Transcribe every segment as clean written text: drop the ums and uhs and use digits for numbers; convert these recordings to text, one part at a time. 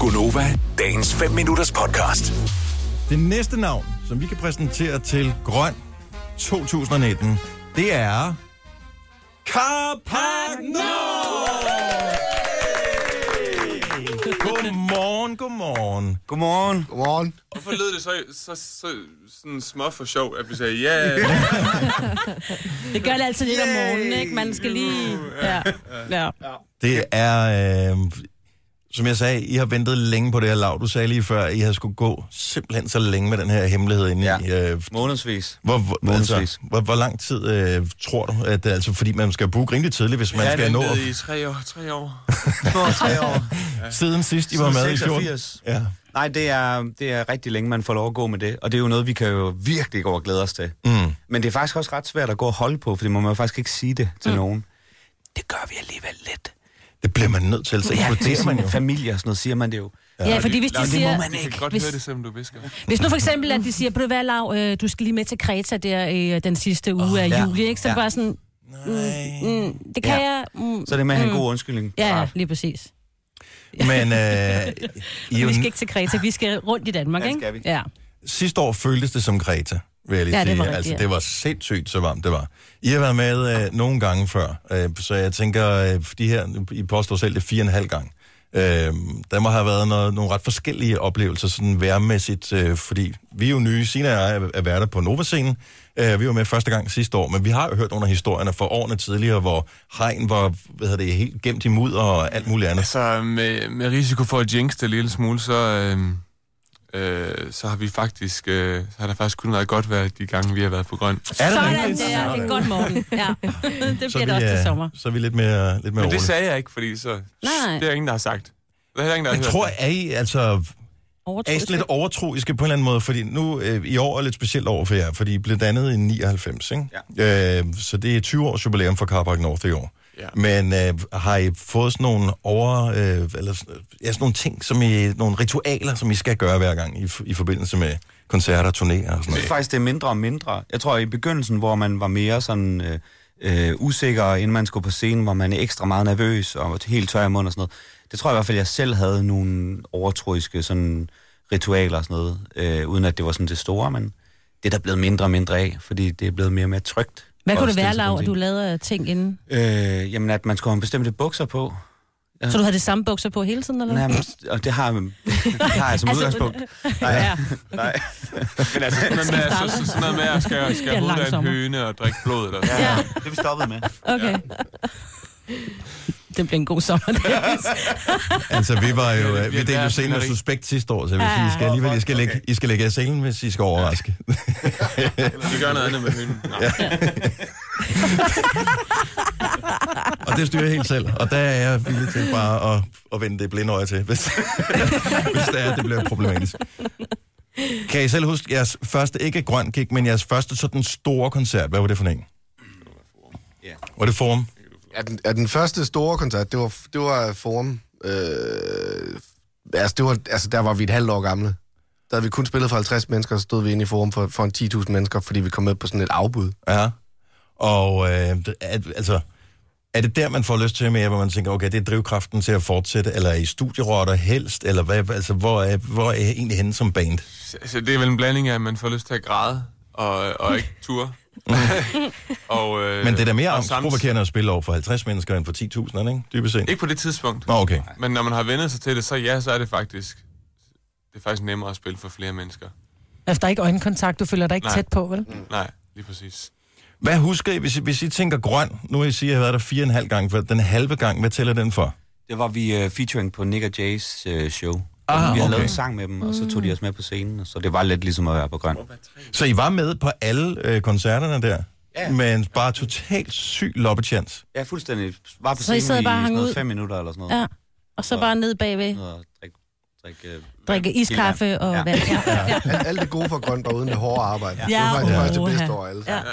Gonova, dagens 5 minutters podcast. Det næste navn, som vi kan præsentere til Grøn 2019, det er Carpark Nord! Godmorgen. Godmorgen. Hvorfor lød det så sådan små for sjov, at vi sagde ja? Det gør det altid lidt om morgenen, ikke? Man skal lige... Ja. Det er, som jeg sagde, I har ventet længe på det her lav. Du sagde lige før, at I havde skulle gå simpelthen så længe med den her hemmelighed inde i... Månedsvis. Hvor lang tid tror du, at altså, fordi man skal booke rimelig tidligt, hvis man skal nå... Ja, det i 3 år. 3 år. Siden sidst, I var med i 14. Ja. Nej, det er rigtig længe, man får lov at gå med det. Og det er jo noget, vi kan jo virkelig gå og glæde os til. Men det er faktisk også ret svært at gå og holde på, fordi man må jo faktisk ikke sige det til nogen. Det gør vi alligevel lidt. Det bliver man nødt til, så inkluderer man jo. Familie og sådan noget, siger man det jo. Ja, fordi hvis de siger... Jeg kan godt høre det, selvom du visker. Hvis nu for eksempel, at de siger, på det være lav, du skal lige med til Kreta der i den sidste uge af juli, ikke? Så bare sådan... det kan jeg... Så det er med at have en god undskyldning. Ja, lige præcis. Men vi skal ikke til Kreta, vi skal rundt i Danmark, ikke? Skal vi. Ja. Sidste år føltes det som Kreta, vil jeg lige sige. Det var rigtigt, altså, det var sindssygt, så varmt det var. I har været med nogle gange før, så jeg tænker, de her, I påstår selv, det er 4,5 gang. Der må have været nogle ret forskellige oplevelser, sådan værmæssigt, fordi vi er jo nye. Sina og jeg er værter på Nova-scenen. Vi var med første gang sidste år, men vi har jo hørt nogle af historierne fra årene tidligere, hvor hegn var helt gemt i mudder og alt muligt andet. Altså, med risiko for at jinx det en lille smule, så har vi faktisk, så har der faktisk kun været godt været de gange, vi har været på Grøn. Er det Sådan rigtigt? der, det er godt morgen. Ja. Det bliver det også til sommer. Så er vi lidt mere Men det roligt. sagde jeg ikke, fordi så... Nej. Det er ingen, der har sagt. Det er ingen, der har Jeg hørt. tror, at I altså... Er I lidt overtroiske på en eller anden måde? Fordi nu i år er lidt specielt over for jer, fordi I blev dannet i 99, ikke? Ja. Så det er 20 års jubilæum for Carpark North i år. Ja. Men har I fået sådan nogle sådan nogle ting, nogle ritualer, som I skal gøre hver gang i forbindelse med koncerter, turnéer og sådan noget? Jeg synes faktisk, det er mindre og mindre. Jeg tror, i begyndelsen, hvor man var mere sådan usikker, inden man skulle på scenen, hvor man er ekstra meget nervøs og helt tør i munden og sådan noget. Det tror jeg i hvert fald, jeg selv havde nogle overtroiske sådan ritualer og sådan noget, uden at det var sådan det store, men det er der blevet mindre og mindre af, fordi det er blevet mere og mere trygt. Hvad kunne det være, Lav, at du lavede ting inden? Jamen, at man skulle have bestemte bukser på. Ja. Så du havde det samme bukser på hele tiden, eller? Nej, og det har jeg som udgangspunkt. Nej. Nej. Men altså, sådan noget med at skal ud af en høne og drikke blod, eller sådan. Ja, det er vi stoppet med. Okay. Ja. Det bliver en god sommer. Altså, vi var jo... vi delte jo scenen med Suspekt sidste år, så jeg vil sige, I skal lægge af scenen, hvis I skal overraske. Vi gør noget andet med hønen. Og det styrer jeg helt selv. Og der er jeg villig til bare at vende det blinde øje til, hvis det bliver problematisk. Kan I selv huske jeres første, ikke Grøn gig, men jeres første sådan store koncert? Hvad var det for en? Var det Forum? Ja, den første store koncert, det var Forum. Der var vi et halvt år gamle. Der havde vi kun spillet for 50 mennesker, så stod vi inde i Forum for en 10.000 mennesker, fordi vi kom med på sådan et afbud. Ja, og er det der, man får lyst til mere, hvor man tænker, okay, det er drivkraften til at fortsætte, eller er I studierotter helst, eller hvad, altså, hvor er I egentlig henne som band? Så det er vel en blanding af, at man får lyst til at græde, og ikke ture. Men det er da mere angstprovokerende at spille over for 50 mennesker end for 10.000, ikke? Dybest set. Ikke på det tidspunkt. Okay. Men når man har vendt sig til det, så er det faktisk nemmere at spille for flere mennesker. Altså, der er ikke øjenkontakt, du føler dig ikke tæt på, vel? Nej, lige præcis. Hvad husker I, hvis I tænker Grøn? Nu I siger, at jeg har været der 4,5 gange, for den halve gang, hvad tæller den for? Det var vi featuring på Nick og Jays show. Vi havde lavet en sang med dem, og så tog de os med på scenen, så det var lidt ligesom at være på Grøn. Så I var med på alle koncerterne der? Ja. Men bare totalt syg loppechance? Ja, fuldstændig. Var på scenen i sådan noget 5 minutter eller sådan noget. Ja, og så bare ned bagved. Drikke iskaffe og vand. Ja. Alt det gode for Grøn, bare uden det hårde arbejde. Ja. Det var faktisk det bedste over alle. Ja.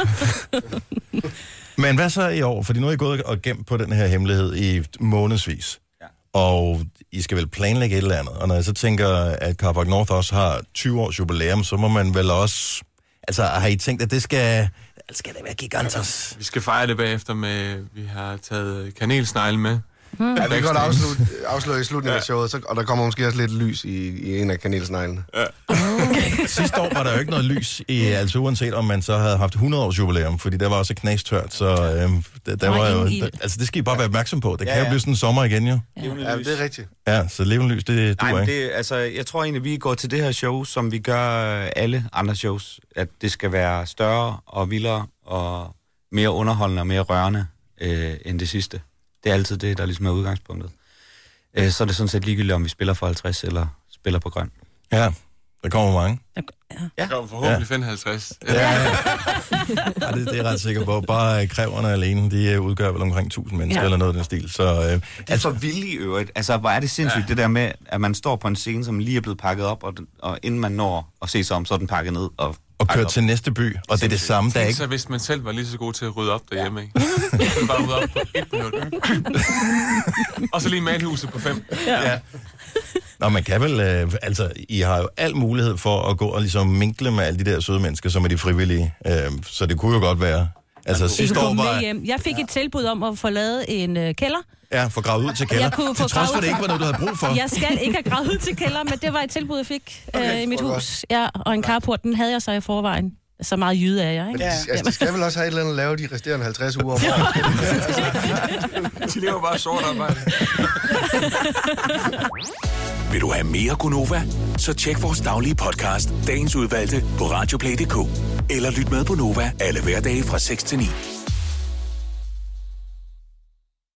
Men hvad så i år? Fordi nu er I gået og gemt på den her hemmelighed i månedsvis. Ja. Og I skal vel planlægge et eller andet. Og når jeg så tænker, at Carpark North også har 20 års jubilæum, så må man vel også... Altså, har I tænkt, at det skal det være gigantos? Vi skal fejre det bagefter med... Vi har taget kanelsnegle med. Ja, vi kan godt afsløre i slutningen af showet, og der kommer måske også lidt lys i en af kanelsneglene. Ja. Sidste år var der jo ikke noget lys, altså uanset om man så havde haft 100 års jubilæum, fordi der var også knastørt, så der var jo... Altså det skal I bare være opmærksom på. Det kan jo blive sådan en sommer igen, jo. Ja, det er rigtigt. Ja, så levende lys, det duer ikke. Altså, jeg tror egentlig, vi går til det her show, som vi gør alle andre shows, at det skal være større og vildere og mere underholdende og mere rørende end det sidste. Det er altid det, der ligesom er udgangspunktet. Så er det sådan set ligegyldigt, om vi spiller for 50 eller spiller på grøn. Ja, der kommer mange. Der kommer forhåbentlig 55. Ja, det er jeg ret sikker på. Bare kræverne alene, de udgør vel omkring 1000 mennesker eller noget af den stil. Så, det er for vildt i øvrigt. Altså, hvor er det sindssygt, det der med, at man står på en scene, som lige er blevet pakket op, og inden man når at se sig om, så er den pakket ned og kørt til næste by, og det er det samme, der ikke... Så hvis man selv var lige så god til at rydde op derhjemme, ikke? Så bare rydde op på 1 minut. Og så lige malhuset på 5. Ja. Nå, man kan vel... altså, I har jo al mulighed for at gå og ligesom minkle med alle de der søde mennesker, som er de frivillige. Så det kunne jo godt være... Altså, sidste år var... Jeg fik et tilbud om at få lavet en kælder. Ja, få gravet ud til kælder. Til trods for, det ikke var noget, du havde brug for. Jeg skal ikke have gravet ud til kælder, men det var et tilbud, jeg fik i mit hus. Ja, og en carport, den havde jeg så i forvejen. Så meget jyde er jeg, ikke? Men de skal vel også have et eller andet at lave de resterende 50 uger om De lever bare sort arbejde. Vil du have mere Gunova? Så tjek vores daglige podcast, dagens udvalgte, på radioplay.dk. Eller lyt med på Nova alle hverdage fra 6 til 9.